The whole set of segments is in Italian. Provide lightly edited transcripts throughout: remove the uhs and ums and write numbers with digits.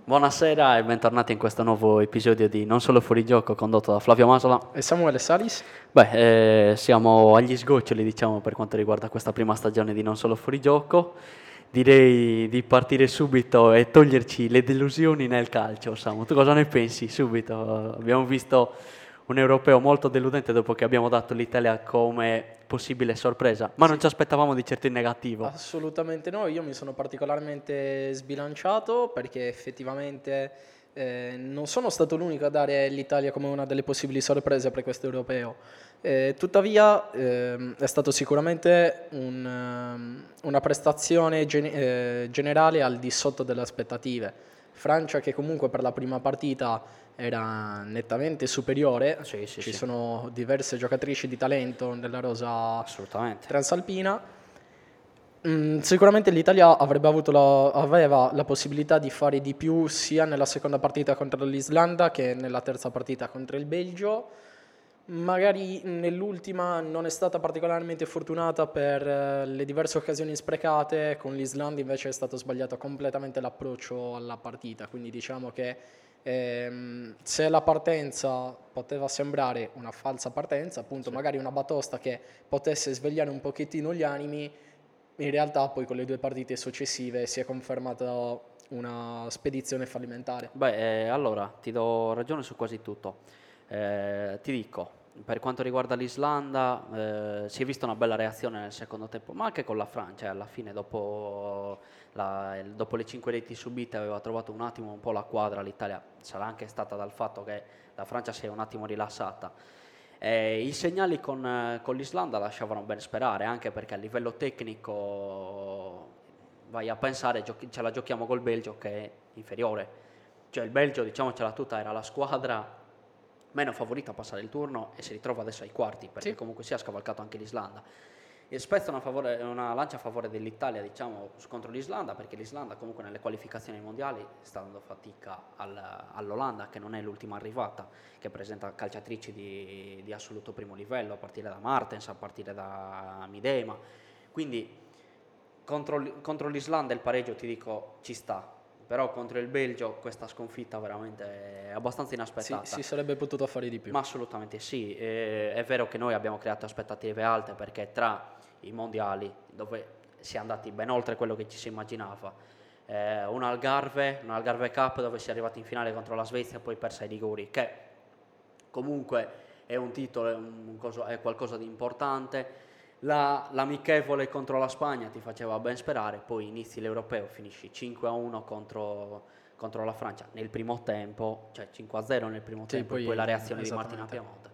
Buonasera e bentornati in questo nuovo episodio di Non Solo Fuori Gioco condotto da Flavio Masola. E Samuele Salis? Siamo agli sgoccioli, diciamo, per quanto riguarda questa prima stagione di Non Solo Fuori Gioco. Direi di partire subito e toglierci le delusioni nel calcio, Samu. Tu cosa ne pensi subito? Abbiamo visto un europeo molto deludente dopo che abbiamo dato l'Italia come possibile sorpresa, ma non ci aspettavamo di certo in negativo. Assolutamente no, io mi sono particolarmente sbilanciato perché effettivamente non sono stato l'unico a dare l'Italia come una delle possibili sorprese per questo europeo. Tuttavia è stato sicuramente una prestazione generale al di sotto delle aspettative. Francia che comunque per la prima partita era nettamente superiore, ci sono diverse giocatrici di talento nella rosa Assolutamente. transalpina. Sicuramente l'Italia aveva la possibilità di fare di più sia nella seconda partita contro l'Islanda che nella terza partita contro il Belgio. Magari nell'ultima non è stata particolarmente fortunata per le diverse occasioni sprecate, con l'Islanda invece è stato sbagliato completamente l'approccio alla partita, quindi diciamo che se la partenza poteva sembrare una falsa partenza, appunto magari una batosta che potesse svegliare un pochettino gli animi, in realtà poi con le due partite successive si è confermata una spedizione fallimentare. Allora, ti do ragione su quasi tutto. Ti dico, per quanto riguarda l'Islanda, si è vista una bella reazione nel secondo tempo, ma anche con la Francia, alla fine dopo le 5 reti subite aveva trovato un attimo un po' la quadra, l'Italia sarà anche stata dal fatto che la Francia si è un attimo rilassata. I segnali con l'Islanda lasciavano ben sperare, anche perché a livello tecnico vai a pensare, ce la giochiamo col Belgio che è inferiore. Cioè il Belgio, diciamocela tutta, era la squadra meno favorita a passare il turno e si ritrova adesso ai quarti, perché comunque si è scavalcato anche l'Islanda. E spezzo una lancia a favore dell'Italia, diciamo, contro l'Islanda, perché l'Islanda comunque nelle qualificazioni mondiali sta dando fatica all'Olanda, che non è l'ultima arrivata, che presenta calciatrici di assoluto primo livello, a partire da Martens, a partire da Midema. Quindi contro l'Islanda il pareggio, ti dico, ci sta. Però contro il Belgio questa sconfitta veramente è abbastanza inaspettata. Si sarebbe potuto fare di più. Ma assolutamente sì, è vero che noi abbiamo creato aspettative alte perché tra i mondiali, dove si è andati ben oltre quello che ci si immaginava, un Algarve Cup dove si è arrivati in finale contro la Svezia e poi persa ai rigori, che comunque è un titolo, è qualcosa di importante. L'amichevole contro la Spagna ti faceva ben sperare, poi inizi l'Europeo, finisci 5-1 contro la Francia nel primo tempo, cioè 5-0 nel primo tempo, poi la reazione di Martina Piemonte.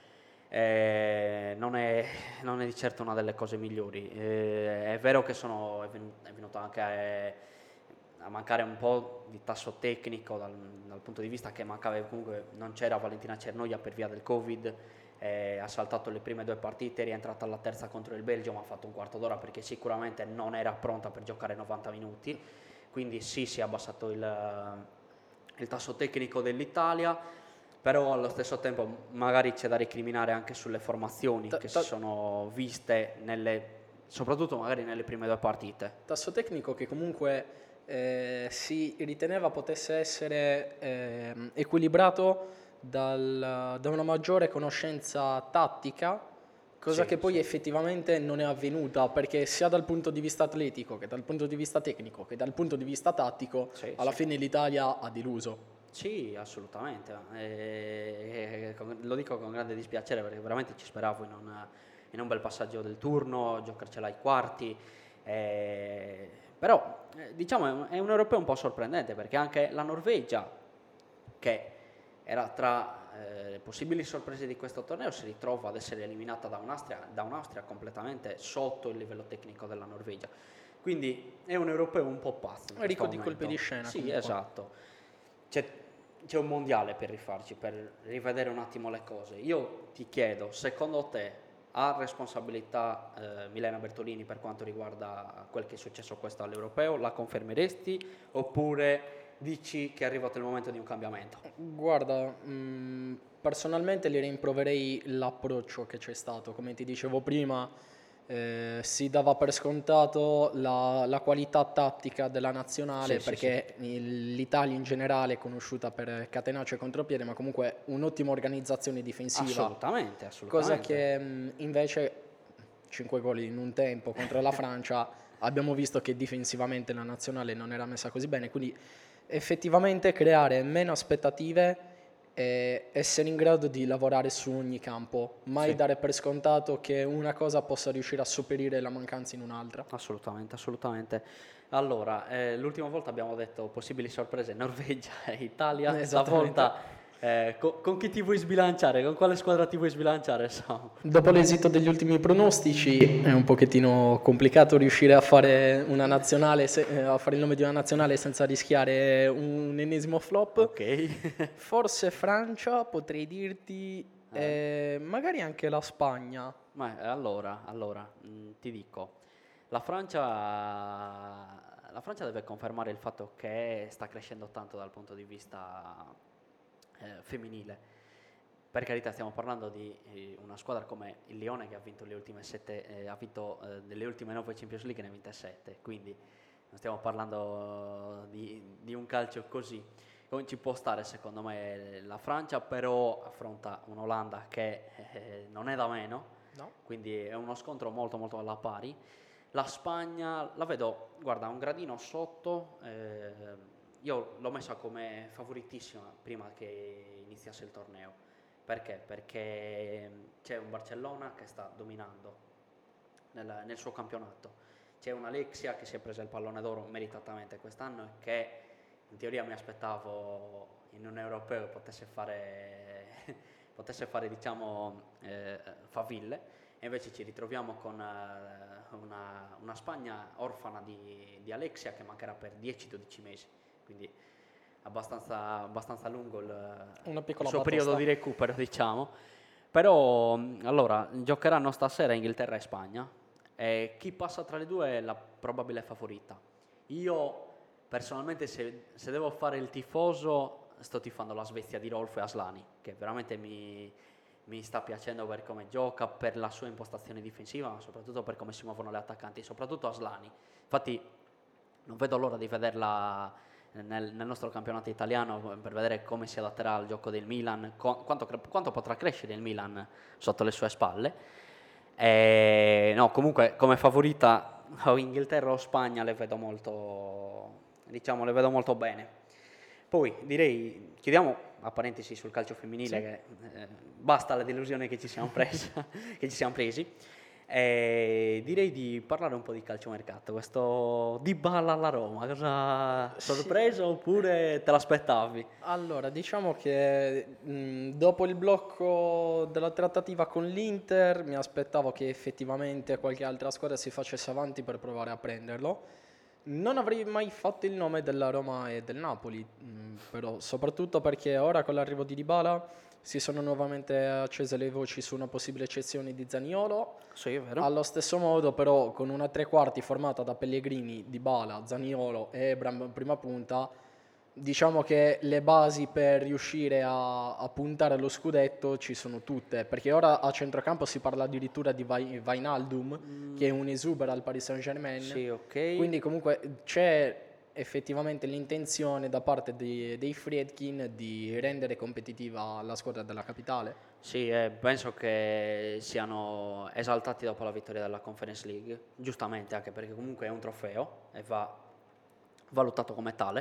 Non è di certo una delle cose migliori. È vero che è venuto anche a mancare un po' di tasso tecnico dal punto di vista che mancava, comunque non c'era Valentina Cernoia per via del Covid. Ha saltato le prime 2 partite, è rientrata alla terza contro il Belgio, ma ha fatto un quarto d'ora perché sicuramente non era pronta per giocare 90 minuti, quindi sì, si è abbassato il tasso tecnico dell'Italia, però allo stesso tempo magari c'è da recriminare anche sulle formazioni che si sono viste soprattutto magari nelle prime 2 partite. Tasso tecnico che comunque si riteneva potesse essere equilibrato da una maggiore conoscenza tattica, cosa che poi effettivamente non è avvenuta, perché sia dal punto di vista atletico che dal punto di vista tecnico che dal punto di vista tattico alla fine l'Italia ha deluso. Sì, assolutamente, lo dico con grande dispiacere perché veramente ci speravo in un bel passaggio del turno, giocarcela ai quarti, però diciamo è un europeo un po' sorprendente perché anche la Norvegia, che era tra le possibili sorprese di questo torneo, si ritrova ad essere eliminata da un'Austria completamente sotto il livello tecnico della Norvegia. Quindi è un europeo un po' pazzo. Ricco di colpi di scena. Sì, comunque. Esatto. C'è un mondiale per rifarci, per rivedere un attimo le cose. Io ti chiedo, secondo te ha responsabilità Milena Bertolini per quanto riguarda quel che è successo questo all'Europeo? La confermeresti oppure dici che è arrivato il momento di un cambiamento? Guarda, personalmente le rimproverei l'approccio che c'è stato. Come ti dicevo prima, si dava per scontato la qualità tattica della nazionale, Sì, sì, perché l'Italia in generale è conosciuta per catenaccio e contropiede, ma comunque un'ottima organizzazione difensiva, assolutamente, cosa assolutamente. che invece 5 gol in un tempo contro la Francia abbiamo visto che difensivamente la nazionale non era messa così bene, quindi effettivamente creare meno aspettative e essere in grado di lavorare su ogni campo, mai Sì. dare per scontato che una cosa possa riuscire a sopperire la mancanza in un'altra. Assolutamente, assolutamente. Allora, l'ultima volta abbiamo detto possibili sorprese Norvegia e Italia, Esattamente. stavolta con chi ti vuoi sbilanciare? Con quale squadra ti vuoi sbilanciare, Sam? Dopo l'esito degli ultimi pronostici è un pochettino complicato riuscire a fare una nazionale, a fare il nome di una nazionale senza rischiare un ennesimo flop. Ok. Forse Francia, potrei dirti, magari anche la Spagna. Ma allora, ti dico, la Francia deve confermare il fatto che sta crescendo tanto dal punto di vista femminile. Per carità, stiamo parlando di una squadra come il Lione che ha vinto le ultime delle ultime 9 Champions League, ne ha vinte 7, quindi non stiamo parlando di un calcio così. Come ci può stare secondo me la Francia, però affronta un'Olanda che non è da meno, No? quindi è uno scontro molto molto alla pari. La Spagna la vedo, guarda, un gradino sotto, io l'ho messa come favoritissima prima che iniziasse il torneo. Perché? Perché c'è un Barcellona che sta dominando nel suo campionato. C'è un Alexia che si è presa il pallone d'oro meritatamente quest'anno e che in teoria mi aspettavo in un europeo potesse fare diciamo faville, e invece ci ritroviamo con una Spagna orfana di Alexia che mancherà per 10-12 mesi, quindi abbastanza lungo Una il piccola suo periodo batosta. di recupero, diciamo. Però allora giocheranno stasera Inghilterra e Spagna, e chi passa tra le due è la probabile favorita. Io personalmente se devo fare il tifoso sto tifando la Svezia di Rolfo e Aslani, che veramente mi sta piacendo per come gioca, per la sua impostazione difensiva, ma soprattutto per come si muovono le attaccanti, soprattutto Aslani. Infatti non vedo l'ora di vederla nel nostro campionato italiano per vedere come si adatterà al gioco del Milan, quanto potrà crescere il Milan sotto le sue spalle. No, comunque come favorita o Inghilterra o Spagna le vedo molto, diciamo, le vedo molto bene. Poi direi, chiudiamo a parentesi sul calcio femminile, Sì. che basta la delusione che ci siamo che ci siamo presi. Direi di parlare un po' di calciomercato. Questo Dybala alla Roma, cosa Sì. sorpreso oppure te l'aspettavi? Allora, diciamo che dopo il blocco della trattativa con l'Inter mi aspettavo che effettivamente qualche altra squadra si facesse avanti per provare a prenderlo. Non avrei mai fatto il nome della Roma e del Napoli, però soprattutto perché ora con l'arrivo di Dybala si sono nuovamente accese le voci su una possibile cessione di Zaniolo. Sì, è vero. Allo stesso modo, però, con una tre quarti formata da Pellegrini, Dybala, Zaniolo e Ebram prima punta, diciamo che le basi per riuscire a puntare allo scudetto ci sono tutte, perché ora a centrocampo si parla addirittura di Wijnaldum, che è un esubero al Paris Saint-Germain, Sì, ok. quindi comunque c'è effettivamente l'intenzione da parte dei Friedkin di rendere competitiva la squadra della capitale. Sì, penso che siano esaltati dopo la vittoria della Conference League, giustamente, anche perché comunque è un trofeo e va valutato come tale.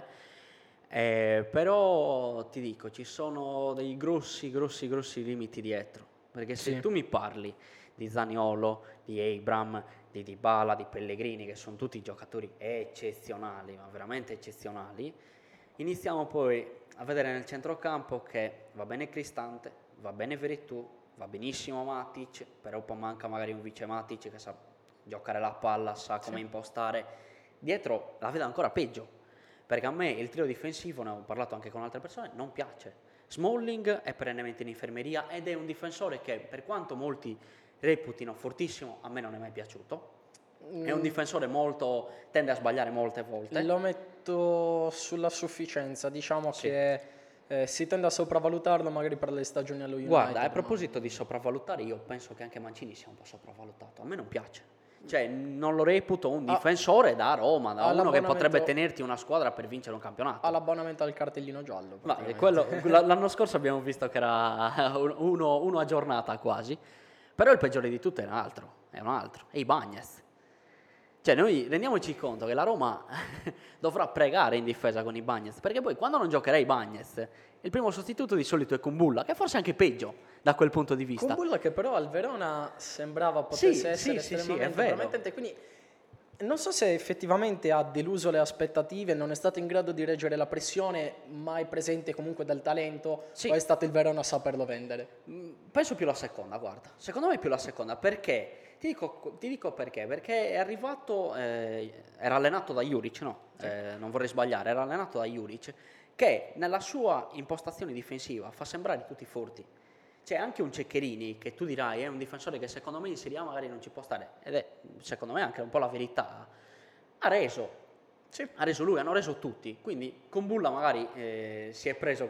Però ti dico, ci sono dei grossi limiti dietro, perché se Sì. tu mi parli di Zaniolo, di Abram, di Dybala, di Pellegrini, che sono tutti giocatori eccezionali, ma veramente eccezionali, iniziamo poi a vedere nel centrocampo che va bene Cristante, va bene Veretù, va benissimo Matic, però poi manca magari un vice Matic che sa giocare la palla, sa come impostare. Dietro la vedo ancora peggio, perché a me il trio difensivo, ne ho parlato anche con altre persone, non piace. Smalling è perennemente in infermeria ed è un difensore che, per quanto molti reputino fortissimo, a me non è mai piaciuto. È un difensore tende a sbagliare molte volte. Lo metto sulla sufficienza, diciamo Sì. che si tende a sopravvalutarlo magari per le stagioni allo United. Guarda, a ma- proposito di sopravvalutare, io penso che anche Mancini sia un po' sopravvalutato. A me non piace. Cioè, non lo reputo un difensore da Roma, da uno che potrebbe tenerti una squadra per vincere un campionato. Ha l'abbonamento al cartellino giallo. Ma l'anno scorso abbiamo visto che era uno a giornata quasi, però il peggiore di tutto è un altro, è Ibañez. Cioè, noi rendiamoci conto che la Roma dovrà pregare in difesa con Ibañez, perché poi quando non giocherà Ibañez, il primo sostituto di solito è Kumbulla, che forse è anche peggio da quel punto di vista. Kumbulla che però al Verona sembrava potesse essere estremamente promettente, quindi non so se effettivamente ha deluso le aspettative, non è stato in grado di reggere la pressione mai presente comunque del talento, o è stato il Verona a saperlo vendere? Penso più la seconda, guarda, secondo me più la seconda, perché? Ti dico perché è arrivato, era allenato da Juric, no? Non vorrei sbagliare, era allenato da Juric, che nella sua impostazione difensiva fa sembrare tutti forti. C'è anche un Ceccherini che tu dirai è un difensore che secondo me in Serie A magari non ci può stare, ed è secondo me anche un po' la verità. Ha reso lui, hanno reso tutti, quindi con Bulla magari si è preso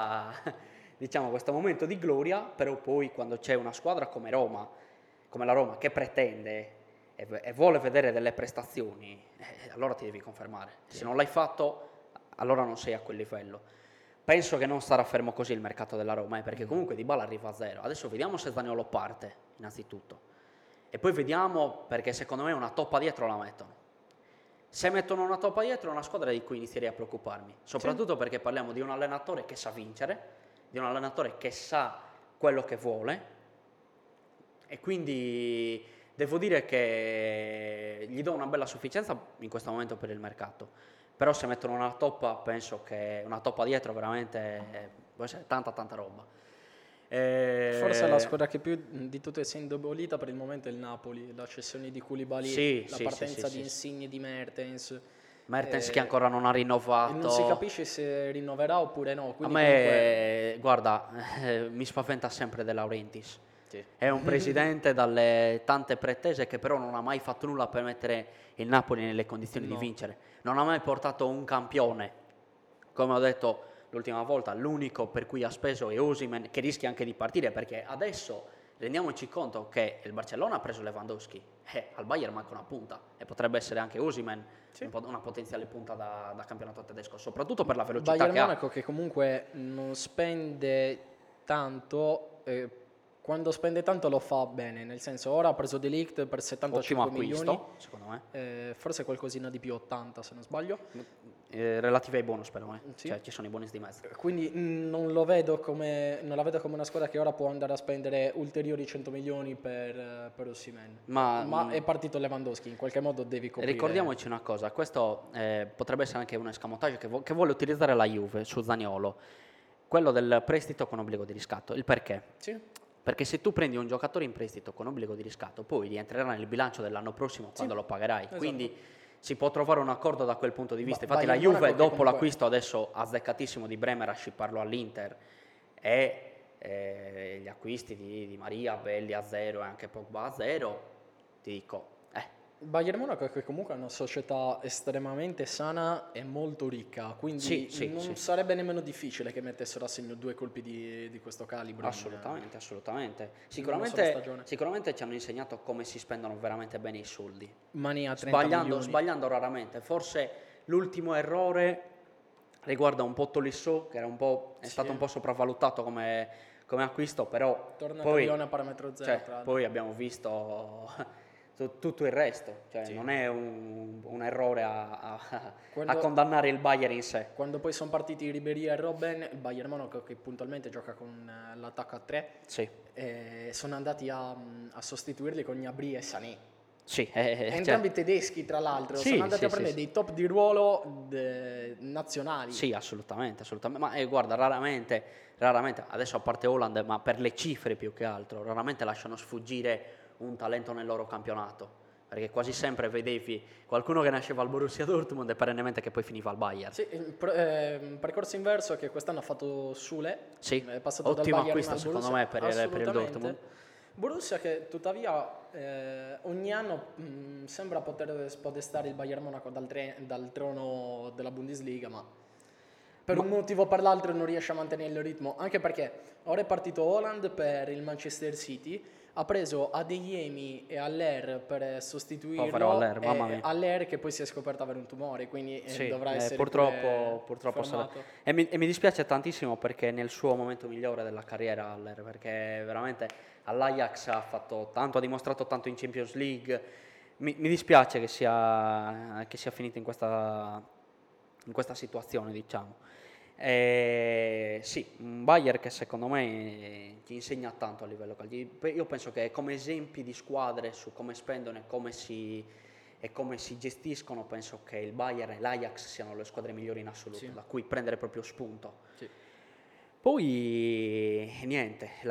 questo momento di gloria, però poi quando c'è una squadra come la Roma che pretende e vuole vedere delle prestazioni, allora ti devi confermare. Se non l'hai fatto, allora non sei a quel livello. Penso che non sarà fermo così il mercato della Roma, perché comunque Dybala arriva a 0. Adesso vediamo se Zaniolo parte, innanzitutto. E poi vediamo, perché secondo me una toppa dietro la mettono. Se mettono una toppa dietro è una squadra di cui inizierei a preoccuparmi. Soprattutto perché parliamo di un allenatore che sa vincere, di un allenatore che sa quello che vuole. E quindi devo dire che gli do una bella sufficienza in questo momento per il mercato. Però se mettono una toppa, penso che una toppa dietro veramente può essere tanta roba. Forse la squadra che più di tutte si è indebolita per il momento è il Napoli, la cessione di Koulibaly, la partenza di Insigne e di Mertens. Mertens che ancora non ha rinnovato. E non si capisce se rinnoverà oppure no. A me, guarda, mi spaventa sempre De Laurentiis. Sì. È un presidente dalle tante pretese che però non ha mai fatto nulla per mettere il Napoli nelle condizioni di vincere. Non ha mai portato un campione. Come ho detto l'ultima volta, l'unico per cui ha speso è Osimhen, che rischia anche di partire, perché adesso rendiamoci conto che il Barcellona ha preso Lewandowski, al Bayern manca una punta e potrebbe essere anche Osimhen una potenziale punta da campionato tedesco, soprattutto per la velocità Bayern che ha. Monaco che comunque non spende tanto, quando spende tanto lo fa bene, nel senso ora ha preso De Ligt per 75 milioni, secondo me. Forse qualcosina di più, 80 se non sbaglio. Relativi ai bonus però, cioè ci sono i bonus di mezzo. Quindi non la vedo come una squadra che ora può andare a spendere ulteriori 100 milioni per Osimhen. Ma è partito Lewandowski, in qualche modo devi coprire. Ricordiamoci una cosa, questo potrebbe essere anche un escamotage che vuole utilizzare la Juve su Zaniolo, quello del prestito con obbligo di riscatto. Il perché? Sì. Perché se tu prendi un giocatore in prestito con obbligo di riscatto, poi rientrerà nel bilancio dell'anno prossimo quando lo pagherai. Esatto. Quindi si può trovare un accordo da quel punto di vista. Infatti la Juve dopo l'acquisto adesso azzeccatissimo di Bremer a scipparlo all'Inter e gli acquisti di Maria, Belli a 0 e anche Pogba a 0, ti dico... Bayern Monaco che comunque è una società estremamente sana e molto ricca, quindi non sarebbe nemmeno difficile che mettessero a segno 2 colpi di questo calibro. Assolutamente. Sicuramente ci hanno insegnato come si spendono veramente bene i soldi. Mania 30 milioni. Sbagliando raramente. Forse l'ultimo errore riguarda un po' Tolisso, che è stato un po' sopravvalutato come acquisto, però torna poi a parametro zero. Poi abbiamo visto tutto il resto, non è un errore a condannare il Bayern in sé. Quando poi sono partiti Ribéry e Robben, il Bayern Monaco che puntualmente gioca con l'attacco a 3, sono andati a sostituirli con Gnabry e Sané. Entrambi tedeschi tra l'altro, sono andati a prendere dei top di ruolo nazionali. Sì, assolutamente. Ma guarda, raramente, adesso a parte Haaland, ma per le cifre più che altro, raramente lasciano sfuggire un talento nel loro campionato, perché quasi sempre vedevi qualcuno che nasceva al Borussia Dortmund e perennemente che poi finiva al Bayern. Un percorso inverso che quest'anno ha fatto Sule, è passato ottimo dal Bayern acquisto secondo me per il Dortmund. Borussia che tuttavia ogni anno sembra poter spodestare il Bayern Monaco dal trono della Bundesliga, ma per un motivo o per l'altro non riesce a mantenere il ritmo, anche perché ora è partito Haaland per il Manchester City, ha preso Adeyemi e Aller per sostituirlo, Povero Aller, mamma e mia. Aller che poi si è scoperto avere un tumore, quindi Sì, dovrà essere purtroppo fermato. e mi dispiace tantissimo perché nel suo momento migliore della carriera Haller, perché veramente all'Ajax ha fatto tanto, ha dimostrato tanto in Champions League. Mi dispiace che sia finito in questa situazione, diciamo. Sì, un Bayern che secondo me ti insegna tanto a livello calcistico. Io penso che come esempi di squadre su come spendono e come si gestiscono, penso che il Bayern e l'Ajax siano le squadre migliori in assoluto, Sì. da cui prendere proprio spunto. Sì. Poi niente, la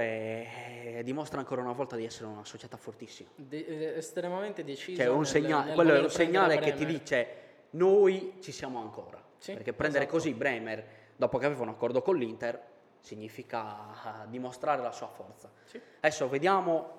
Juve dimostra ancora una volta di essere una società fortissima. Estremamente decisa Cioè, nel quello è voler un segnale prendere che ti Bremer. dice noi ci siamo ancora. Sì, Perché prendere esatto. così Bremer, dopo che aveva un accordo con l'Inter, significa dimostrare la sua forza. Sì. Adesso vediamo,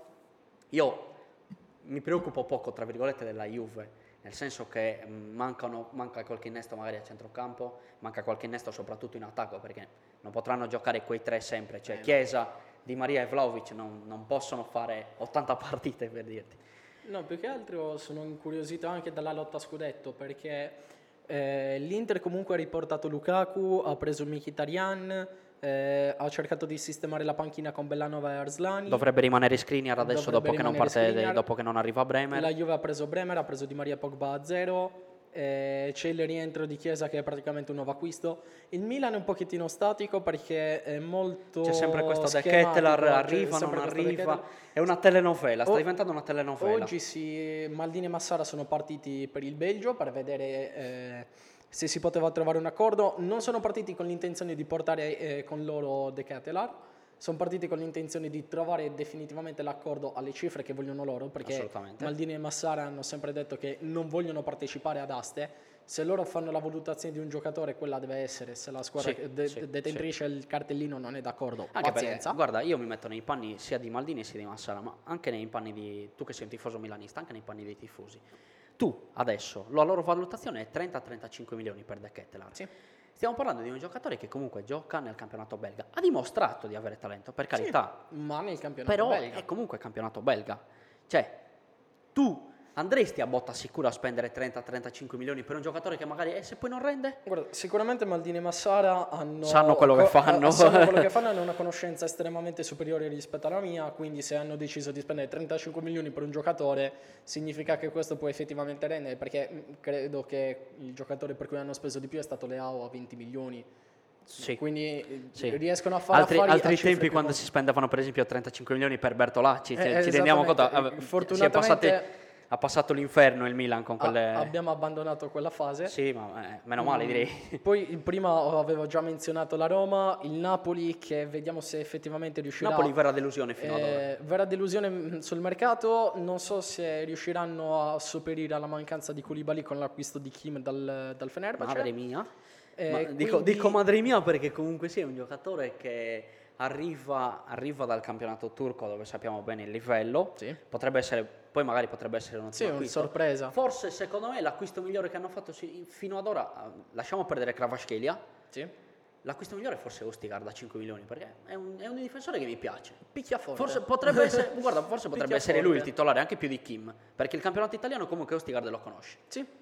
io mi preoccupo poco, tra virgolette, della Juve, nel senso che manca qualche innesto magari a centrocampo, manca qualche innesto soprattutto in attacco, perché non potranno giocare quei tre sempre, cioè Chiesa, Di Maria e Vlahovic non possono fare 80 partite, per dirti. No, più che altro sono incuriosito anche dalla lotta a scudetto, perché l'Inter comunque ha riportato Lukaku, ha preso Mkhitaryan, ha cercato di sistemare la panchina con Bellanova e Arslani. Dovrebbe rimanere Skriniar adesso Dovrebbe rimanere dopo che non arriva Bremer. La Juve ha preso Bremer, ha preso Di Maria e Pogba a 0. C'è il rientro di Chiesa che è praticamente un nuovo acquisto. Il Milan è un pochettino statico perché è molto C'è sempre questo De schematico, Ketelaar, c'è arriva, sempre non questo De arriva. Ketelaar. È una telenovela, sta diventando una telenovela. Oggi Maldini e Massara sono partiti per il Belgio per vedere se si poteva trovare un accordo. Non sono partiti con l'intenzione di portare con loro De Ketelaar, sono partiti con l'intenzione di trovare definitivamente l'accordo alle cifre che vogliono loro, perché Assolutamente. Maldini e Massara hanno sempre detto che non vogliono partecipare ad aste. Se loro fanno la valutazione di un giocatore, quella deve essere. Se la squadra detentrice il cartellino non è d'accordo, Anche pazienza. perché, guarda, io mi metto nei panni sia di Maldini sia di Massara, ma anche nei panni tu che sei un tifoso milanista, anche nei panni dei tifosi. Tu adesso, la loro valutazione è 30-35 milioni per De Ketelaar. Sì. Stiamo parlando di un giocatore che comunque gioca nel campionato belga. Ha dimostrato di avere talento, per carità. Sì, ma nel campionato Però belga. è comunque campionato belga. Cioè, tu andresti a botta sicura a spendere 30-35 milioni per un giocatore che magari, se poi non rende? Guarda, sicuramente Maldini e Massara Sanno quello che fanno. Sanno quello che fanno, hanno una conoscenza estremamente superiore rispetto alla mia, quindi se hanno deciso di spendere 35 milioni per un giocatore, significa che questo può effettivamente rendere, perché credo che il giocatore per cui hanno speso di più è stato Leao a 20 milioni. Sì. Quindi Sì. riescono a fare affari a altri cifre tempi più quando con- si spendevano per esempio 35 milioni per Bertolacci, ci rendiamo conto, esattamente. si è Fortunatamente ha passato l'inferno il Milan con quelle... abbiamo abbandonato quella fase. Sì, ma meno male direi. Poi prima avevo già menzionato la Roma, il Napoli, che vediamo se effettivamente riuscirà. Napoli vera delusione fino ad ora. Vera delusione sul mercato, non so se riusciranno a sopperire alla mancanza di Koulibaly con l'acquisto di Kim dal Fenerbahce. Madre mia. Ma quindi- dico madre mia perché comunque sì, è un giocatore che arriva dal campionato turco dove sappiamo bene il livello. Sì. Poi magari potrebbe essere un Sì, ottimo una acquisto. sorpresa. Forse secondo me l'acquisto migliore che hanno fatto fino ad ora, lasciamo perdere Kvaratskhelia, Sì. l'acquisto migliore forse è Ostigar da 5 milioni perché è un difensore che mi piace. Picchia forte. Forse potrebbe essere, guarda, forse potrebbe Picchia essere lui il forte. titolare anche più di Kim, perché il campionato italiano comunque Ostigar lo conosce. Sì.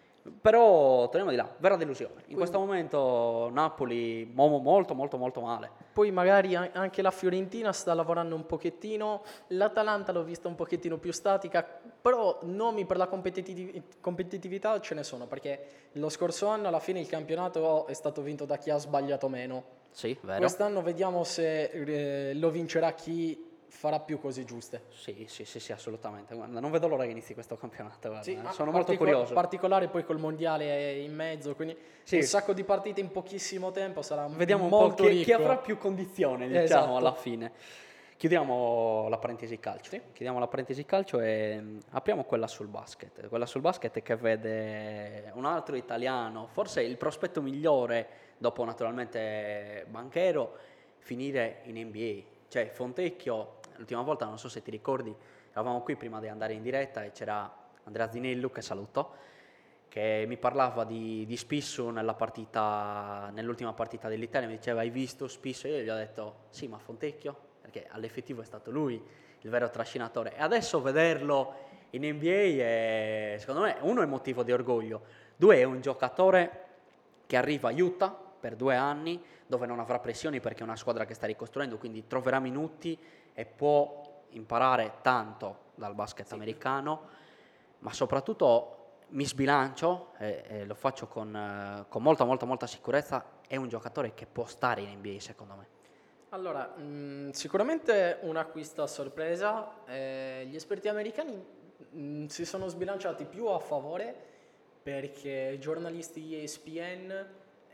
Però torniamo di là, vera delusione. In questo momento Napoli molto molto molto male. Poi magari anche la Fiorentina sta lavorando un pochettino, l'Atalanta l'ho vista un pochettino più statica, però nomi per la competitività ce ne sono, perché lo scorso anno alla fine il campionato è stato vinto da chi ha sbagliato meno. Sì, vero. Quest'anno vediamo se lo vincerà chi farà più cose giuste. Sì, assolutamente. Guarda, non vedo l'ora che inizi questo campionato. Guarda. Sì, Sono molto curioso. Particolare poi col mondiale in mezzo, quindi Sì. un sacco di partite in pochissimo tempo sarà Vediamo un po' molto ricco. chi avrà più condizione, diciamo, Esatto. alla fine. Chiudiamo la parentesi calcio. Sì. Chiudiamo la parentesi calcio e apriamo quella sul basket. Quella sul basket che vede un altro italiano, forse il prospetto migliore, dopo naturalmente Banchero, finire in NBA. Cioè Fontecchio, l'ultima volta, non so se ti ricordi, eravamo qui prima di andare in diretta e c'era Andrea Zinellu, che saluto, che mi parlava di Spissu nell'ultima partita dell'Italia, mi diceva hai visto Spissu? E io gli ho detto sì, ma Fontecchio? perché all'effettivo è stato lui il vero trascinatore. E adesso vederlo in NBA è, secondo me, uno è motivo di orgoglio, due è un giocatore che arriva a Utah per 2 anni, dove non avrà pressioni perché è una squadra che sta ricostruendo, quindi troverà minuti e può imparare tanto dal basket americano, ma soprattutto mi sbilancio e lo faccio con molta sicurezza, è un giocatore che può stare in NBA secondo me. Allora, sicuramente un acquisto a sorpresa. Gli esperti americani si sono sbilanciati più a favore perché i giornalisti ESPN,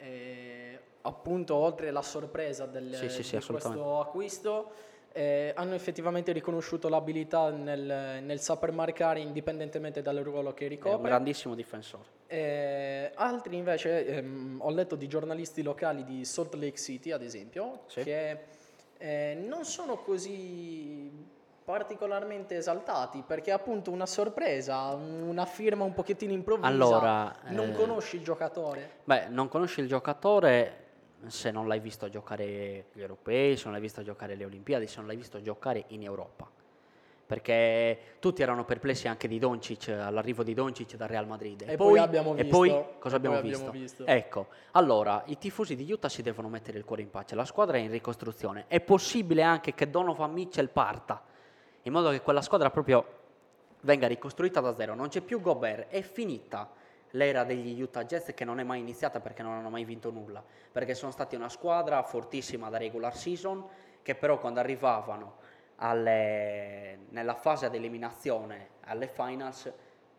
appunto, oltre la sorpresa di questo acquisto, hanno effettivamente riconosciuto l'abilità nel saper marcare indipendentemente dal ruolo che ricopre. È un grandissimo difensore. Altri invece, ho letto di giornalisti locali di Salt Lake City, ad esempio, che non sono così particolarmente esaltati perché è appunto una sorpresa, una firma un pochettino improvvisa. Allora, non conosci il giocatore? Beh, non conosci il giocatore se non l'hai visto giocare gli europei, se non l'hai visto giocare le Olimpiadi, se non l'hai visto giocare in Europa. Perché tutti erano perplessi anche di Doncic, all'arrivo di Doncic dal Real Madrid. E poi abbiamo visto. E poi cosa abbiamo visto? Ecco, allora, i tifosi di Utah si devono mettere il cuore in pace, la squadra è in ricostruzione. È possibile anche che Donovan Mitchell parta, in modo che quella squadra proprio venga ricostruita da zero. Non c'è più Gobert, è finita l'era degli Utah Jazz, che non è mai iniziata perché non hanno mai vinto nulla, perché sono stati una squadra fortissima da regular season, che però quando arrivavano nella fase ad eliminazione alle finals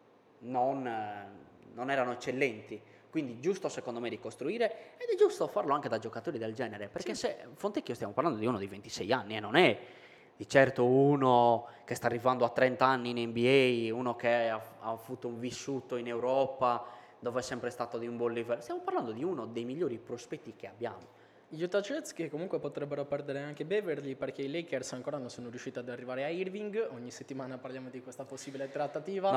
non erano eccellenti. Quindi giusto secondo me ricostruire, ed è giusto farlo anche da giocatori del genere, perché se Fontecchio stiamo parlando di uno di 26 anni e non è di certo uno che sta arrivando a 30 anni in NBA, uno che ha avuto un vissuto in Europa dove è sempre stato di un buon livello. Stiamo parlando di uno dei migliori prospetti che abbiamo. Gli Utah Jazz che comunque potrebbero perdere anche Beverly perché i Lakers ancora non sono riusciti ad arrivare a Irving. Ogni settimana parliamo di questa possibile trattativa.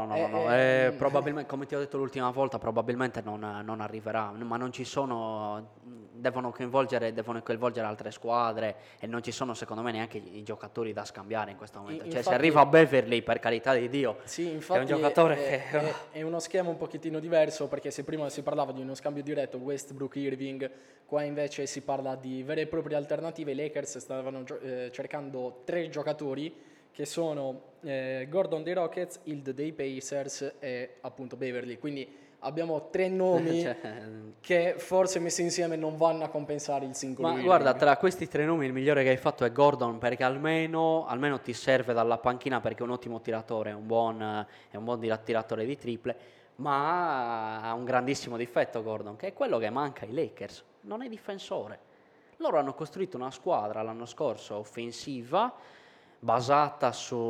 No. Probabilmente, come ti ho detto l'ultima volta, probabilmente non arriverà, ma non ci sono, devono coinvolgere altre squadre e non ci sono secondo me neanche i giocatori da scambiare in questo momento. Cioè, se arriva Beverly, per carità di Dio, sì, infatti è un giocatore è uno schema un pochettino diverso, perché se prima si parlava di uno scambio diretto Westbrook-Irving, qua invece si parla di vere e proprie alternative. I Lakers stavano cercando 3 giocatori che sono Gordon dei Rockets, Hield dei Pacers e appunto Beverly, quindi abbiamo 3 nomi che forse messi insieme non vanno a compensare il singolo Ma Irving. guarda, tra questi 3 nomi il migliore che hai fatto è Gordon, perché almeno ti serve dalla panchina, perché è un ottimo tiratore, è un buon tiratore di triple, ma ha un grandissimo difetto Gordon, che è quello che manca ai Lakers, non è difensore. Loro hanno costruito una squadra l'anno scorso offensiva, basata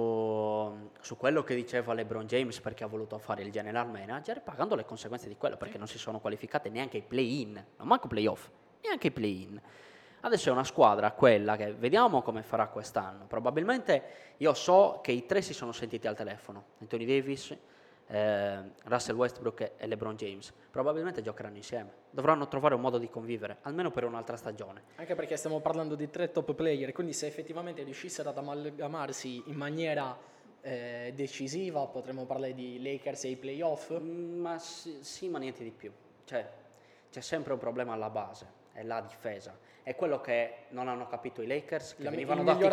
su quello che diceva LeBron James, perché ha voluto fare il general manager, pagando le conseguenze di quello, perché non si sono qualificate neanche ai play-in, non manco playoff, neanche ai play-in. Adesso è una squadra, quella che vediamo come farà quest'anno. Probabilmente io so che i 3 si sono sentiti al telefono, Anthony Davis, Russell Westbrook e LeBron James. Probabilmente giocheranno insieme, dovranno trovare un modo di convivere, almeno per un'altra stagione. Anche perché stiamo parlando di 3 top player, quindi se effettivamente riuscissero ad amalgamarsi in maniera decisiva, potremmo parlare di Lakers e i playoff. Ma sì, ma niente di più. Cioè, c'è sempre un problema alla base, è la difesa. È quello che non hanno capito i Lakers, che venivano dati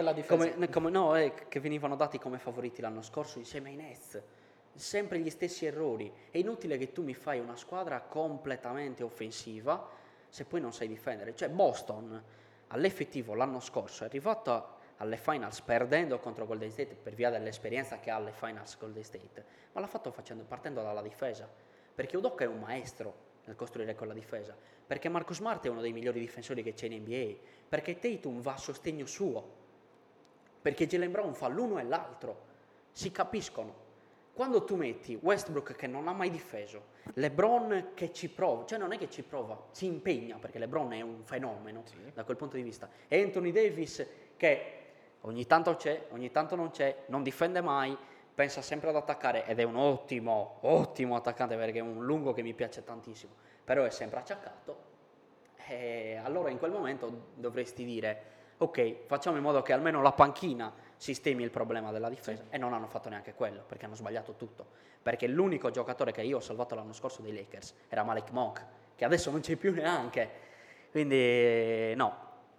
che venivano dati come favoriti l'anno scorso insieme ai Nets. Sempre gli stessi errori. È inutile che tu mi fai una squadra completamente offensiva se poi non sai difendere. Cioè, Boston all'effettivo l'anno scorso è arrivato alle finals perdendo contro Golden State per via dell'esperienza che ha alle finals Golden State, ma l'ha fatto partendo dalla difesa, perché Udoka è un maestro nel costruire quella difesa, perché Marcus Smart è uno dei migliori difensori che c'è in NBA, perché Tatum va a sostegno suo, perché Jaylen Brown fa l'uno e l'altro, si capiscono. Quando tu metti Westbrook che non ha mai difeso, LeBron che ci prova, cioè non è che ci prova, si impegna, perché LeBron è un fenomeno da quel punto di vista, e Anthony Davis che ogni tanto c'è, ogni tanto non c'è, non difende mai, pensa sempre ad attaccare ed è un ottimo attaccante, perché è un lungo che mi piace tantissimo, però è sempre acciaccato. E allora in quel momento dovresti dire Ok, facciamo in modo che almeno la panchina sistemi il problema della difesa, e non hanno fatto neanche quello, perché hanno sbagliato tutto. Perché l'unico giocatore che io ho salvato l'anno scorso dei Lakers era Malik Monk, che adesso non c'è più neanche. Quindi no.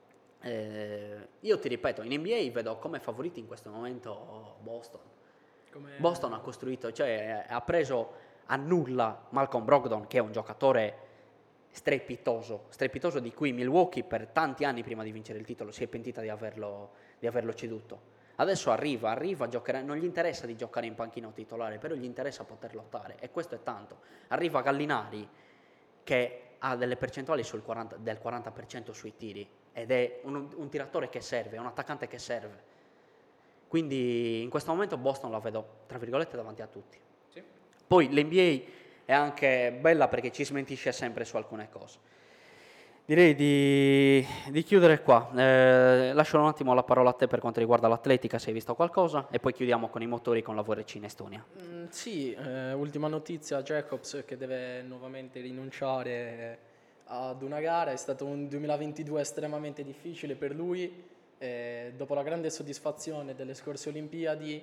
Io ti ripeto, in NBA vedo come favoriti in questo momento Boston. Boston ha costruito, cioè ha preso a nulla Malcolm Brogdon, che è un giocatore strepitoso, di cui Milwaukee per tanti anni prima di vincere il titolo si è pentita di averlo ceduto. Adesso arriva, non gli interessa di giocare in panchina o titolare, però gli interessa poter lottare, e questo è tanto. Arriva Gallinari, che ha delle percentuali del 40% sui tiri, ed è un tiratore che serve, è un attaccante che serve. Quindi in questo momento Boston la vedo, tra virgolette, davanti a tutti. Sì. Poi l'NBA è anche bella perché ci smentisce sempre su alcune cose. Direi di chiudere qua. Lascio un attimo la parola a te per quanto riguarda l'atletica, se hai visto qualcosa, e poi chiudiamo con i motori con la VRC in Estonia. Sì, ultima notizia, Jacobs che deve nuovamente rinunciare ad una gara. È stato un 2022 estremamente difficile per lui. Dopo la grande soddisfazione delle scorse Olimpiadi,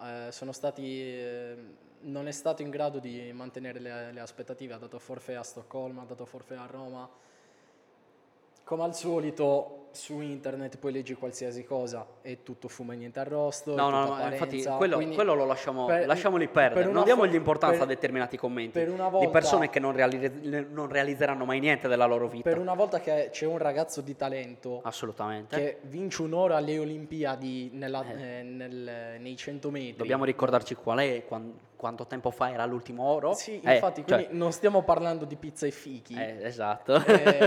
non è stato in grado di mantenere le aspettative. Ha dato forfait a Stoccolma, ha dato forfait a Roma. Come al solito su internet poi leggi qualsiasi cosa, è tutto fumo e niente arrosto, No, infatti quello lo lasciamoli perdere, non diamogli importanza a determinati commenti di persone che non realizzeranno mai niente della loro vita. Per una volta che c'è un ragazzo di talento assolutamente che vince un oro alle Olimpiadi nei 100 metri. Dobbiamo ricordarci qual è, quanto tempo fa era l'ultimo oro. Sì, infatti, quindi non stiamo parlando di pizza e fichi. Esatto.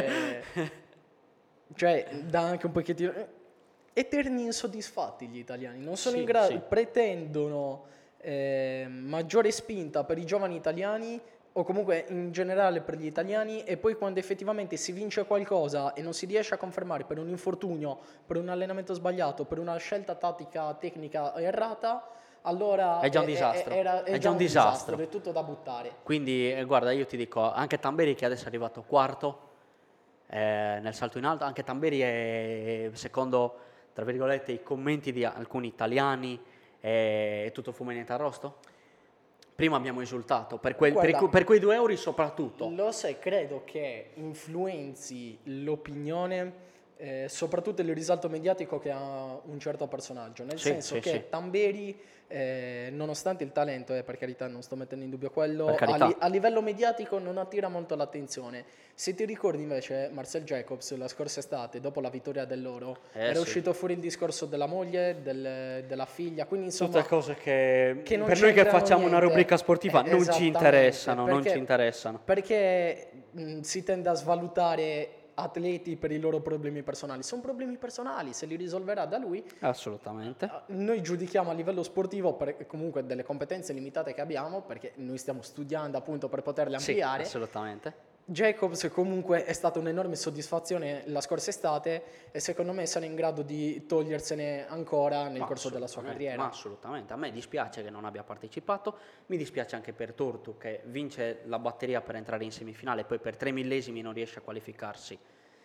Cioè, dà anche un pochettino eterni insoddisfatti gli italiani, non sono in grado, pretendono maggiore spinta per i giovani italiani, o comunque in generale per gli italiani, e poi quando effettivamente si vince qualcosa e non si riesce a confermare per un infortunio, per un allenamento sbagliato, per una scelta tattica, tecnica errata, allora è già un disastro. È già un disastro, è tutto da buttare. Quindi guarda, io ti dico, anche Tamberi, che adesso è arrivato quarto nel salto in alto, anche Tamberi è, secondo, tra virgolette, i commenti di alcuni italiani, è tutto fumo e niente arrosto? Prima abbiamo esultato per quei 2 euro soprattutto. Lo sai, credo che influenzi l'opinione, soprattutto il risalto mediatico che ha un certo personaggio, nel senso che Tamberi, nonostante il talento, per carità, non sto mettendo in dubbio quello, a livello mediatico non attira molto l'attenzione. Se ti ricordi invece Marcel Jacobs la scorsa estate, dopo la vittoria dell'oro, era uscito fuori il discorso della moglie, della figlia, quindi insomma tutte cose che per noi che facciamo una rubrica sportiva non ci interessano, perché si tende a svalutare atleti per i loro problemi personali. Sono problemi personali, se li risolverà da lui. Assolutamente. Noi giudichiamo a livello sportivo per comunque delle competenze limitate che abbiamo, perché noi stiamo studiando appunto per poterle ampliare. Sì, assolutamente. Jacobs comunque è stata un'enorme soddisfazione la scorsa estate, e secondo me sarà in grado di togliersene ancora nel corso della sua carriera. Ma assolutamente, a me dispiace che non abbia partecipato, mi dispiace anche per Tortu, che vince la batteria per entrare in semifinale e poi per 3 millesimi non riesce a qualificarsi.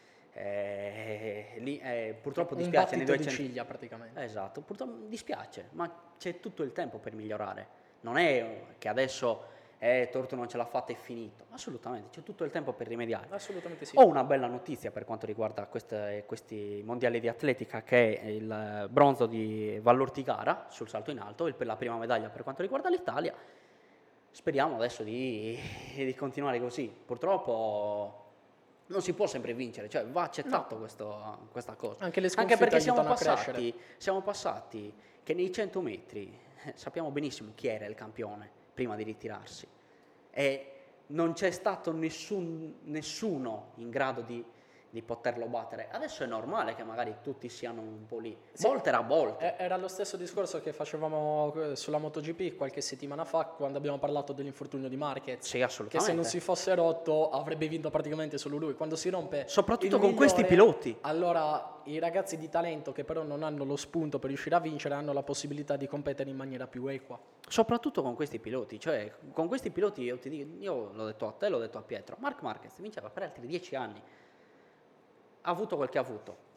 Purtroppo dispiace un battito di ciglia praticamente. Esatto, purtroppo dispiace, ma c'è tutto il tempo per migliorare. Non è che adesso Tortu non ce l'ha fatta, è finito. Assolutamente, c'è tutto il tempo per rimediare. Assolutamente sì. Ho una bella notizia per quanto riguarda questi mondiali di atletica, che è il bronzo di Vallortigara sul salto in alto, la prima medaglia per quanto riguarda l'Italia. Speriamo adesso di continuare così. Purtroppo non si può sempre vincere, cioè va accettato questa cosa. Anche le sconfitte perché siamo a passati che nei 100 metri sappiamo benissimo chi era il campione prima di ritirarsi, e non c'è stato nessuno in grado di poterlo battere. Adesso è normale che magari tutti siano un po' lì, volte a volte. Era lo stesso discorso che facevamo sulla MotoGP qualche settimana fa, quando abbiamo parlato dell'infortunio di Marquez. Sì, assolutamente. Che se non si fosse rotto avrebbe vinto praticamente solo lui. Quando si rompe, soprattutto con questi piloti, allora i ragazzi di talento che però non hanno lo spunto per riuscire a vincere hanno la possibilità di competere in maniera più equa. Soprattutto con questi piloti, cioè con questi piloti io l'ho detto a te, l'ho detto a Pietro, Marc Marquez vinceva per altri 10 anni. Ha avuto quel che ha avuto.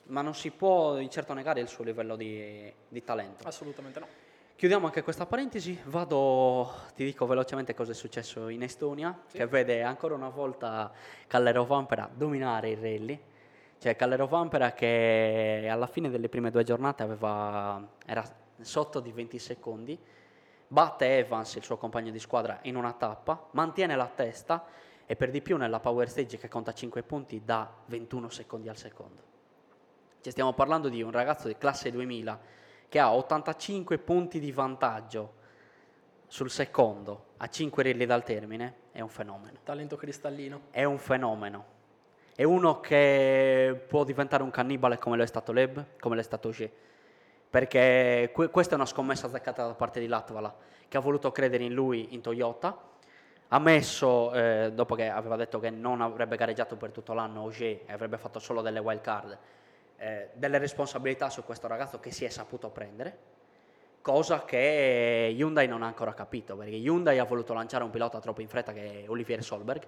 ma non si può di certo negare il suo livello di talento. Assolutamente no. Chiudiamo anche questa parentesi, ti dico velocemente cosa è successo in Estonia, Sì. che vede ancora una volta Kalle Rovanperä dominare il rally. Cioè Kalle Rovanperä che alla fine delle prime 2 giornate era sotto di 20 secondi, batte Evans, il suo compagno di squadra, in una tappa, mantiene la testa e per di più nella power stage che conta 5 punti dà 21 secondi al secondo. Cioè stiamo parlando di un ragazzo di classe 2000 che ha 85 punti di vantaggio sul secondo a 5 rally dal termine. È un fenomeno. Talento cristallino. È un fenomeno. È uno che può diventare un cannibale come lo è stato Leb, come lo è stato Ogier. Perché questa è una scommessa azzeccata da parte di Latvala, che ha voluto credere in lui in Toyota. Ha messo, dopo che aveva detto che non avrebbe gareggiato per tutto l'anno Ogier e avrebbe fatto solo delle wild card, delle responsabilità su questo ragazzo che si è saputo prendere, cosa che Hyundai non ha ancora capito, perché Hyundai ha voluto lanciare un pilota troppo in fretta che è Olivier Solberg,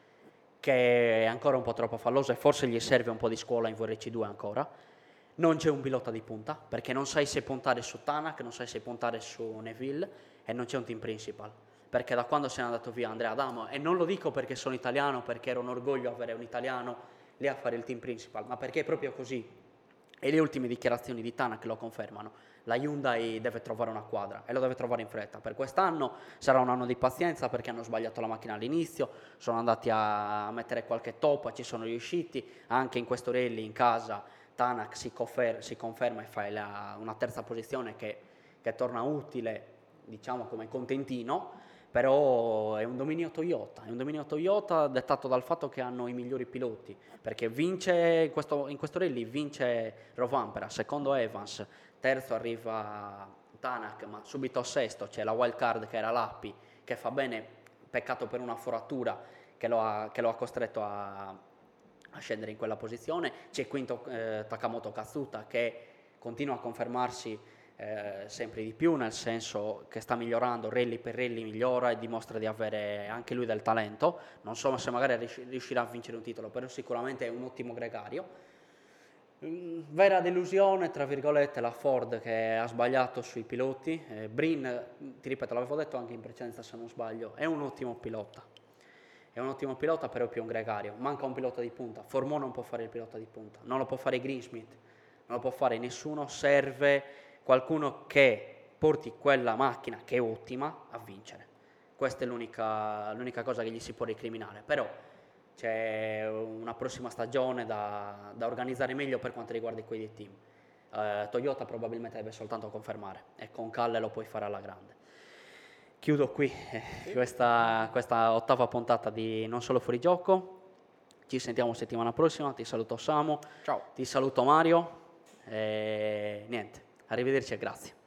che è ancora un po' troppo falloso e forse gli serve un po' di scuola in VRC2 ancora. Non c'è un pilota di punta, perché non sai se puntare su Tanak, non sai se puntare su Neville e non c'è un team principal, perché da quando se n'è andato via Andrea Adamo, e non lo dico perché sono italiano, perché era un orgoglio avere un italiano lì a fare il team principal, ma perché è proprio così. E le ultime dichiarazioni di Tanak lo confermano. La Hyundai deve trovare una quadra e lo deve trovare in fretta. Per quest'anno sarà un anno di pazienza perché hanno sbagliato la macchina all'inizio, sono andati a mettere qualche toppa, ci sono riusciti. Anche in questo rally in casa Tanak si conferma e fa una terza posizione che torna utile, diciamo, come contentino. Però è un dominio Toyota dettato dal fatto che hanno i migliori piloti, perché vince in questo rally vince Rovanperä, secondo Evans, terzo arriva Tanak, ma subito sesto c'è la wild card che era Lappi, che fa bene, peccato per una foratura che lo ha costretto a scendere in quella posizione. C'è quinto Takamoto Katsuta che continua a confermarsi sempre di più, nel senso che sta migliorando, rally per rally migliora e dimostra di avere anche lui del talento. Non so se magari riuscirà a vincere un titolo, però sicuramente è un ottimo gregario. Vera delusione, tra virgolette, la Ford che ha sbagliato sui piloti. Brin, ti ripeto, l'avevo detto anche in precedenza se non sbaglio, è un ottimo pilota, però è più un gregario. Manca un pilota di punta. Formò non può fare il pilota di punta, non lo può fare Greensmith, non lo può fare nessuno. Serve qualcuno che porti quella macchina che è ottima a vincere. Questa è l'unica cosa che gli si può recriminare, però c'è una prossima stagione da organizzare meglio per quanto riguarda quei team. Toyota probabilmente deve soltanto confermare e con Kalle lo puoi fare alla grande. Chiudo qui questa ottava puntata di Non Solo Fuori Gioco. Ci sentiamo settimana prossima. Ti saluto Samu. Ciao. Ti saluto Mario. E niente, arrivederci e grazie.